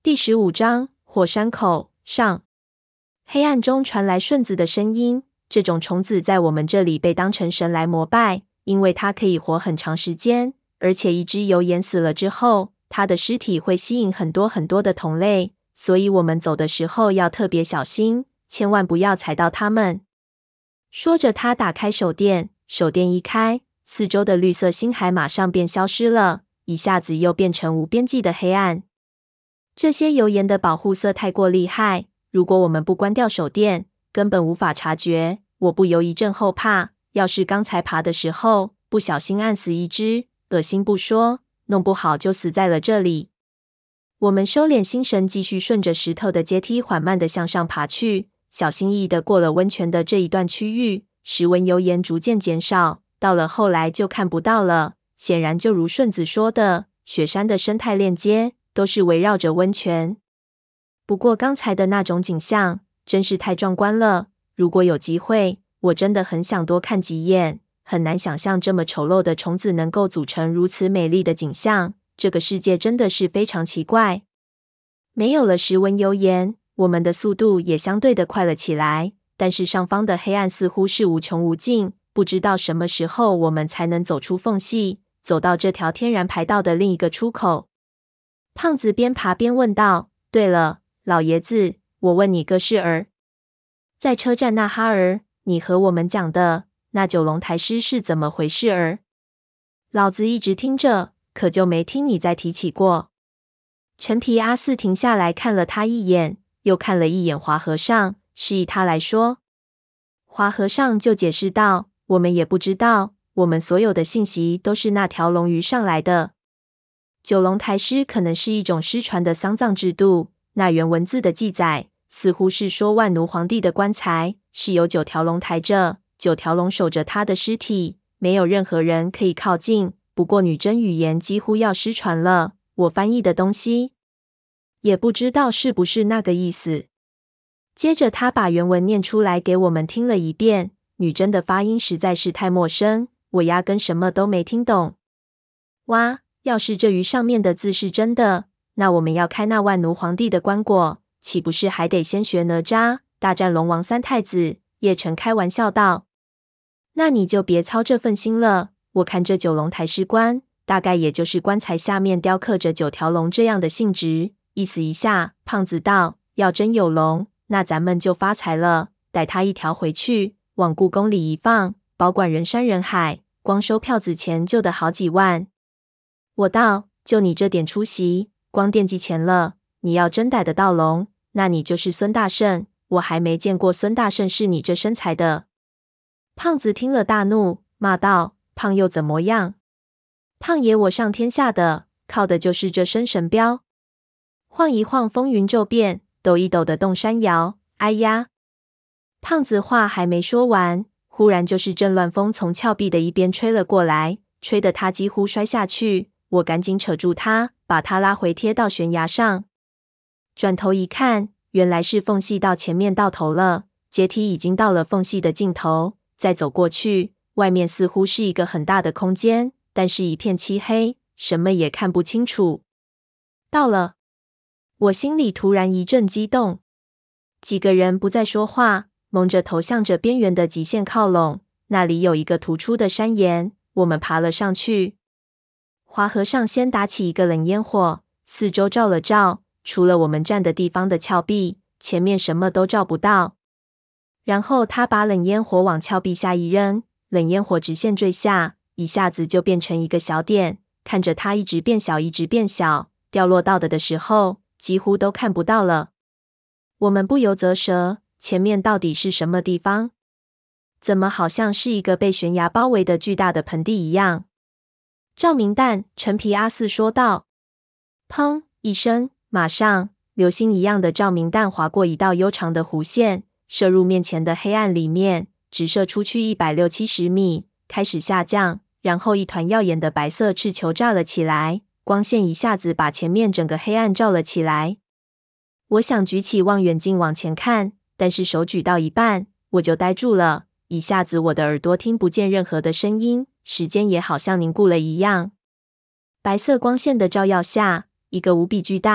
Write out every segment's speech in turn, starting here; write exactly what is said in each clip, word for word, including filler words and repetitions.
第十五章火山口上。黑暗中传来顺子的声音，这种虫子在我们这里被当成神来膜拜，因为它可以活很长时间，而且一只油盐死了之后，它的尸体会吸引很多很多的同类，所以我们走的时候要特别小心，千万不要踩到它们。说着，他打开手电，手电一开，四周的绿色星海马上便消失了，一下子又变成无边际的黑暗。这些油盐的保护色太过厉害，如果我们不关掉手电，根本无法察觉。我不由一阵后怕，要是刚才爬的时候不小心按死一只，恶心不说，弄不好就死在了这里。我们收敛心神，继续顺着石头的阶梯缓慢地向上爬去，小心翼翼地过了温泉的这一段区域，石纹油盐逐渐减少，到了后来就看不到了。显然就如顺子说的，雪山的生态链接都是围绕着温泉。不过刚才的那种景象真是太壮观了，如果有机会，我真的很想多看几眼。很难想象这么丑陋的虫子能够组成如此美丽的景象，这个世界真的是非常奇怪。没有了石纹油盐，我们的速度也相对的快了起来，但是上方的黑暗似乎是无穷无尽，不知道什么时候我们才能走出缝隙，走到这条天然排道的另一个出口。胖子边爬边问道：对了，老爷子，我问你个事儿。在车站那哈儿，你和我们讲的那九龙台诗是怎么回事儿？老子一直听着，可就没听你再提起过。陈皮阿四停下来看了他一眼，又看了一眼华和尚，示意他来说。华和尚就解释道：我们也不知道，我们所有的信息都是那条龙鱼上来的。九龙台诗可能是一种失传的丧葬制度，那原文字的记载似乎是说万奴皇帝的棺材是有九条龙抬着，九条龙守着他的尸体，没有任何人可以靠近。不过女真语言几乎要失传了，我翻译的东西也不知道是不是那个意思。接着他把原文念出来给我们听了一遍，女真的发音实在是太陌生，我压根什么都没听懂。哇，要是这鱼上面的字是真的，那我们要开那万奴皇帝的棺椁，岂不是还得先学哪吒大战龙王三太子？叶晨开玩笑道。那你就别操这份心了，我看这九龙台诗棺大概也就是棺材下面雕刻着九条龙这样的性质。意思一下，胖子道，要真有龙，那咱们就发财了，带他一条回去，往故宫里一放，保管人山人海，光收票子钱就得好几万。我道，就你这点出息，光惦记钱了，你要真逮得到龙，那你就是孙大圣，我还没见过孙大圣是你这身材的。胖子听了大怒，骂道，胖又怎么样？胖爷我上天下的，靠的就是这身神镖。晃一晃风云骤变，抖一抖的动山摇，哎呀！胖子话还没说完，忽然就是阵乱风从峭壁的一边吹了过来，吹得他几乎摔下去。我赶紧扯住他，把他拉回贴到悬崖上。转头一看，原来是缝隙到前面到头了，阶梯已经到了缝隙的尽头，再走过去，外面似乎是一个很大的空间，但是一片漆黑，什么也看不清楚。到了，我心里突然一阵激动。几个人不再说话，蒙着头向着边缘的极限靠拢，那里有一个突出的山岩，我们爬了上去。华和尚先打起一个冷烟火，四周照了照，除了我们站的地方的峭壁，前面什么都照不到。然后他把冷烟火往峭壁下一扔，冷烟火直线坠下，一下子就变成一个小点，看着它一直变小一直变小，掉落到的的时候几乎都看不到了。我们不由啧舌，前面到底是什么地方？怎么好像是一个被悬崖包围的巨大的盆地一样？照明弹，陈皮阿四说道。砰一声，马上流星一样的照明弹划过一道悠长的弧线，射入面前的黑暗里面，直射出去一百六七十米，开始下降，然后一团耀眼的白色赤球炸了起来，光线一下子把前面整个黑暗罩了起来。我想举起望远镜往前看，但是手举到一半，我就呆住了，一下子我的耳朵听不见任何的声音，时间也好像凝固了一样。白色光线的照耀下，一个无比巨大、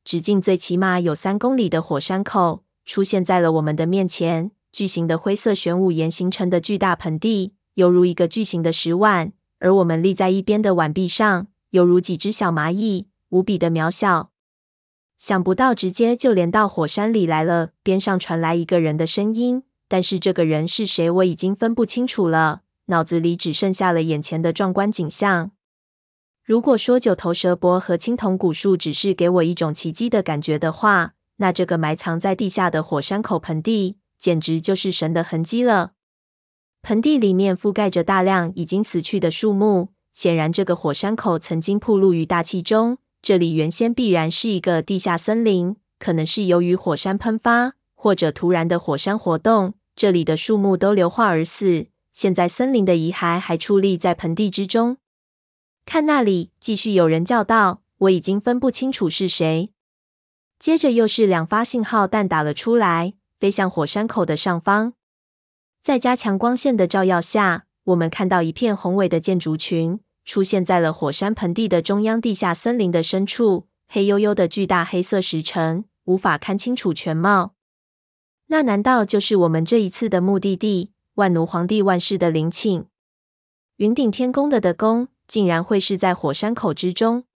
直径最起码有三公里的火山口出现在了我们的面前。巨型的灰色玄武岩形成的巨大盆地，犹如一个巨型的石碗，而我们立在一边的碗壁上，犹如几只小蚂蚁，无比的渺小。想不到直接就连到火山里来了。边上传来一个人的声音，但是这个人是谁我已经分不清楚了，脑子里只剩下了眼前的壮观景象。如果说九头蛇柏和青铜古树只是给我一种奇迹的感觉的话，那这个埋藏在地下的火山口盆地简直就是神的痕迹了。盆地里面覆盖着大量已经死去的树木，显然这个火山口曾经暴露于大气中，这里原先必然是一个地下森林，可能是由于火山喷发或者突然的火山活动，这里的树木都硫化而死，现在森林的遗骸还矗立在盆地之中。看那里，继续有人叫道，我已经分不清楚是谁。接着又是两发信号弹打了出来，飞向火山口的上方。在加强光线的照耀下，我们看到一片宏伟的建筑群出现在了火山盆地的中央地下森林的深处，黑黝黝的巨大黑色石城，无法看清楚全貌。那难道就是我们这一次的目的地——万奴皇帝万世的陵寝？云顶天宫的的宫竟然会是在火山口之中。